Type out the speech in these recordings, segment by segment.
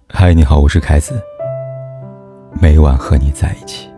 嗨，你好，我是凯子，每晚和你在一起。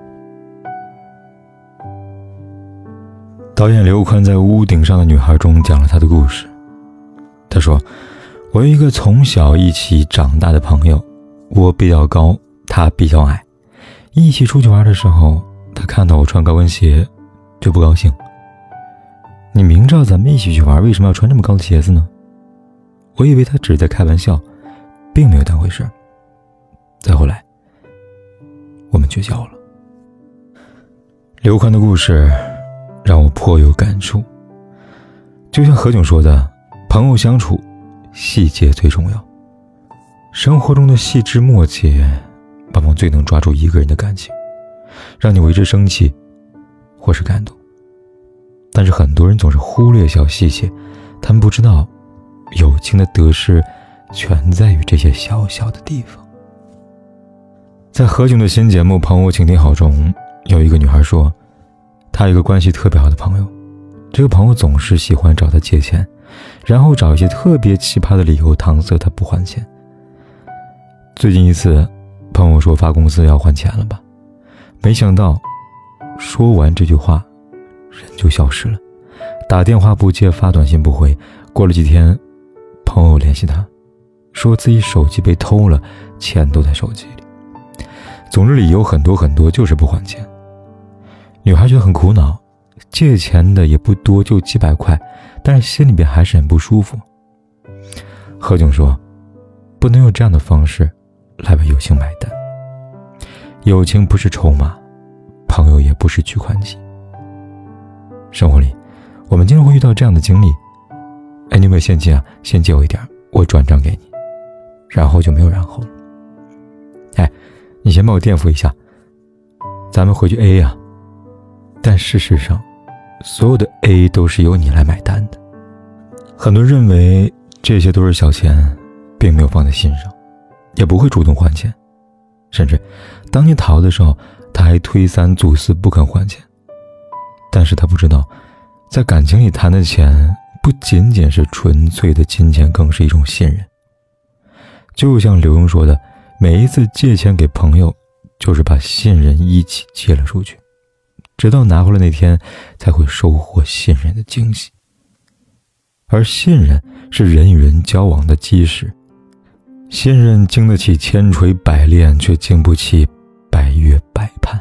导演刘宽在《屋顶上的女孩》中讲了他的故事。他说，我有一个从小一起长大的朋友，我比较高，他比较矮。一起出去玩的时候，他看到我穿高跟鞋就不高兴。你明知道咱们一起去玩，为什么要穿这么高的鞋子呢？我以为他只是在开玩笑，并没有当回事。再后来，我们绝交了。刘宽的故事让我颇有感触，就像何炅说的，朋友相处细节最重要。生活中的细枝末节往往最能抓住一个人的感情，让你为之生气或是感动。但是很多人总是忽略小细节，他们不知道友情的得失全在于这些小小的地方。在何炅的新节目《朋友请听好》中，有一个女孩说，她有一个关系特别好的朋友，这个朋友总是喜欢找她借钱，然后找一些特别奇葩的理由搪塞她不还钱。最近一次，朋友说发工资要还钱了吧，没想到说完这句话人就消失了，打电话不接，发短信不回。过了几天，朋友联系他，说自己手机被偷了，钱都在手机里。总之理由很多，就是不还钱。女孩觉得很苦恼，借钱的也不多，就几百块，但是心里边还是很不舒服。何炅说，不能用这样的方式来为友情买单。友情不是筹码，朋友也不是取款机。生活里我们经常会遇到这样的经历，你有没有现金啊？先借我一点，我转账给你，然后就没有然后了。你先帮我垫付一下，咱们回去 AA 啊。但事实上，所有的 AA 都是由你来买单的。很多人认为这些都是小钱，并没有放在心上，也不会主动还钱，甚至当你讨的时候，他还推三阻四不肯还钱。但是他不知道，在感情里谈的钱不仅仅是纯粹的金钱，更是一种信任。就像刘墉说的，每一次借钱给朋友，就是把信任一起借了出去，直到拿回来那天才会收获信任的惊喜。而信任是人与人交往的基石，信任经得起千锤百炼，却经不起百越百盼。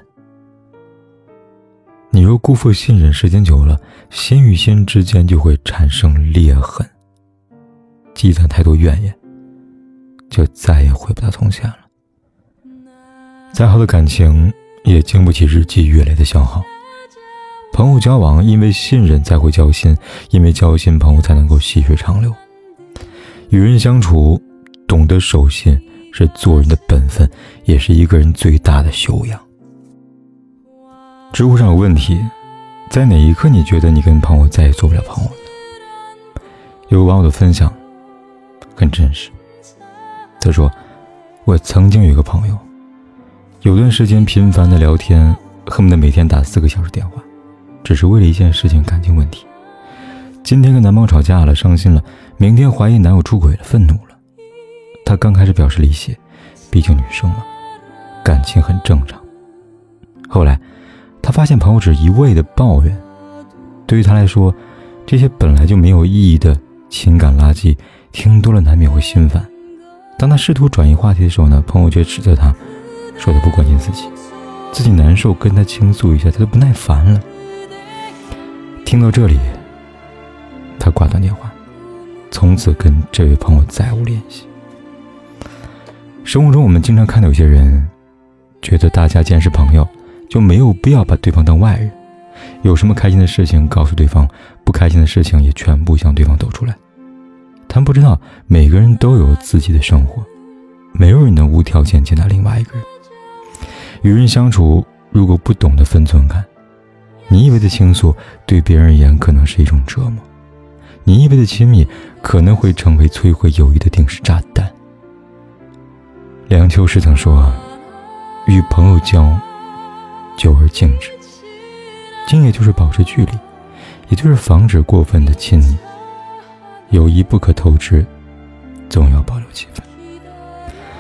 你若辜负信任，时间久了，心与心之间就会产生裂痕，积攒太多怨言，就再也回不到从前了。再好的感情也经不起日积月累的消耗。朋友交往，因为信任才会交心，因为交心，朋友才能够细水长流。与人相处，懂得守信是做人的本分，也是一个人最大的修养。知乎上有问题，在哪一刻你觉得你跟朋友再也做不了朋友了？有个网友的分享很真实。他说，我曾经有一个朋友，有段时间频繁的聊天，恨不得每天打4个小时电话，只是为了一件事情，感情问题。今天跟男朋友吵架了，伤心了，明天怀疑男友出轨了，愤怒了。她刚开始表示理解，毕竟女生嘛，感情很正常。后来她发现朋友只一味的抱怨，对于她来说，这些本来就没有意义的情感垃圾，听多了难免会心烦。当她试图转移话题的时候呢，朋友却指责她，说她不关心自己难受，跟她倾诉一下，她都不耐烦了。听到这里，她挂断电话，从此跟这位朋友再无联系。生活中我们经常看到有些人觉得大家既然是朋友，就没有必要把对方当外人，有什么开心的事情告诉对方，不开心的事情也全部向对方抖出来。他们不知道每个人都有自己的生活，没有人能无条件接纳另外一个人。与人相处，如果不懂得分寸感，你以为的倾诉对别人而言可能是一种折磨，你以为的亲密可能会成为摧毁友谊的定时炸弹。梁秋实曾说，与朋友交，久而静之。静也就是保持距离，也就是防止过分的亲昵。友谊不可透支，总要保留气氛。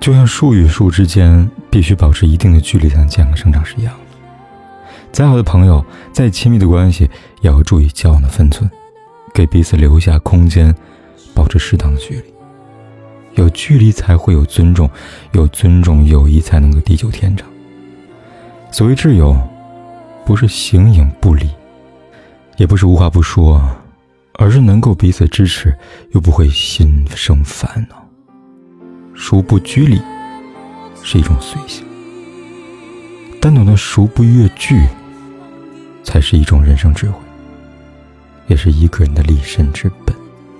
就像树与树之间必须保持一定的距离才能健康生长是一样的。再好的朋友，再亲密的关系，也要注意交往的分寸，给彼此留下空间，保持适当的距离。有距离才会有尊重，有尊重，友谊才能够地久天长。所谓挚友，不是形影不离，也不是无话不说，而是能够彼此支持，又不会心生烦恼。孰不拘礼是一种随性，但懂得孰不越矩才是一种人生智慧，也是一个人的立身之本。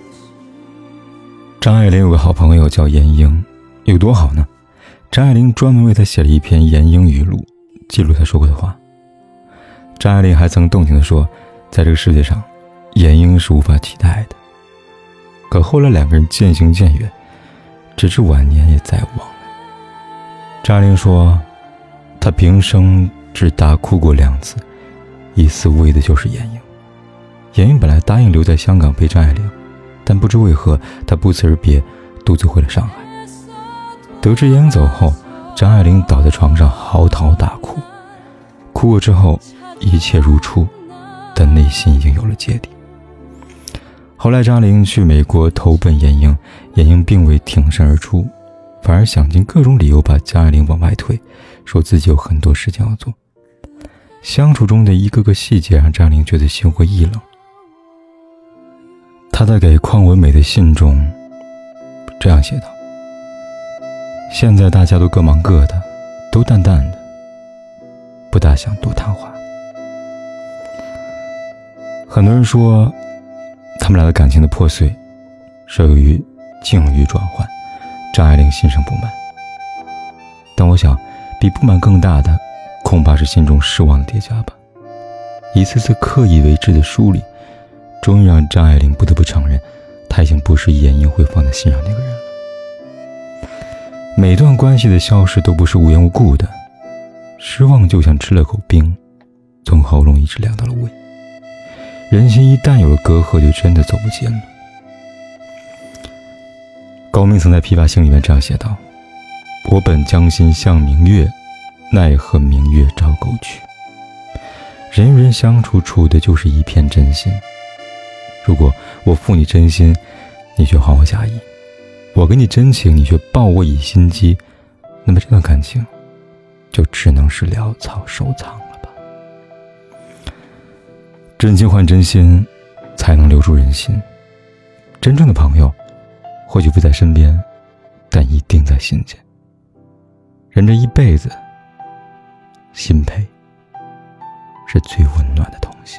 张爱玲有个好朋友叫闫英，有多好呢？张爱玲专门为他写了一篇闫英语录，记录他说过的话。张爱玲还曾动情地说，在这个世界上，闫英是无法替代的。可后来两个人渐行渐远，直至晚年也再无往来。张爱玲说，她平生只大哭过2次，一次为的就是闫英。闫英本来答应留在香港陪张爱玲，但不知为何她不辞而别，独自回了上海。得知闫英走后，张爱玲倒在床上嚎啕大哭，哭过之后一切如初，但内心已经有了芥蒂。后来张爱玲去美国投奔闫英，闫英并未挺身而出，反而想尽各种理由把张爱玲往外推，说自己有很多事情要做。相处中的一个个细节让张爱玲觉得心灰意冷。她在给邝文美的信中这样写道，现在大家都各忙各的，都淡淡的，不大想多谈话。很多人说他们俩的感情的破碎是由于境遇转换，张爱玲心生不满。但我想比不满更大的恐怕是心中失望的叠加吧。一次次刻意为之的疏离，终于让张爱玲不得不承认，她已经不是闫英会放在心上那个人了。每段关系的消失都不是无缘无故的，失望就像吃了口冰，从喉咙一直凉到了胃。人心一旦有了隔阂，就真的走不近了。高明曾在《琵琶行》里面这样写道，我本将心向明月，奈何明月照沟渠。人与人相处，处的就是一片真心。如果我负你真心，你却还我假意；我给你真情，你却报我以心机，那么这段感情就只能是潦草收藏了吧。真心换真心，才能留住人心。真正的朋友或许不在身边，但一定在心间。人这一辈子，心陪是最温暖的东西。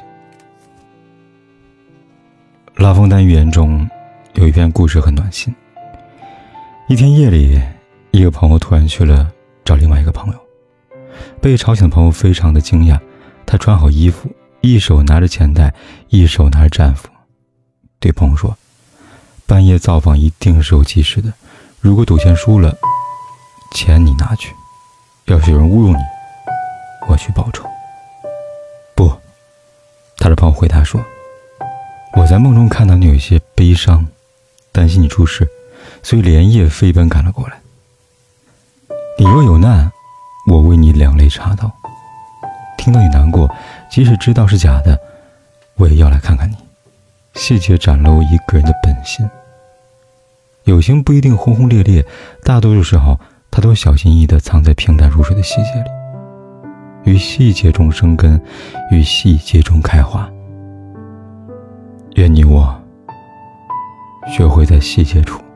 拉封丹寓言中有一篇故事很暖心。一天夜里，一个朋友突然去了找另外一个朋友，被吵醒的朋友非常的惊讶，他穿好衣服，一手拿着钱袋，一手拿着战斧，对朋友说，半夜造访一定是有急事的，如果赌钱输了，钱你拿去，要是有人侮辱你，我去报仇。不，他的朋友回答说，我在梦中看到你有一些悲伤，担心你出事，所以连夜飞奔赶了过来。你若有难，我为你两肋插刀，听到你难过，即使知道是假的，我也要来看看你。细节展露一个人的本心。友情不一定轰轰烈烈，大多数时候它都小心翼翼地藏在平淡如水的细节里，于细节中生根，于细节中开花。愿你我学会在细节处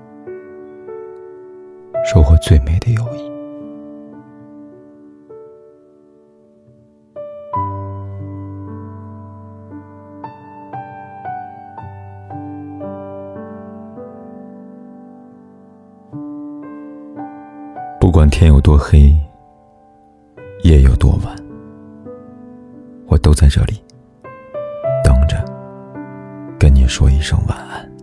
收获最美的友谊。不管天有多黑，夜有多晚，我都在这里等着跟你说一声晚安。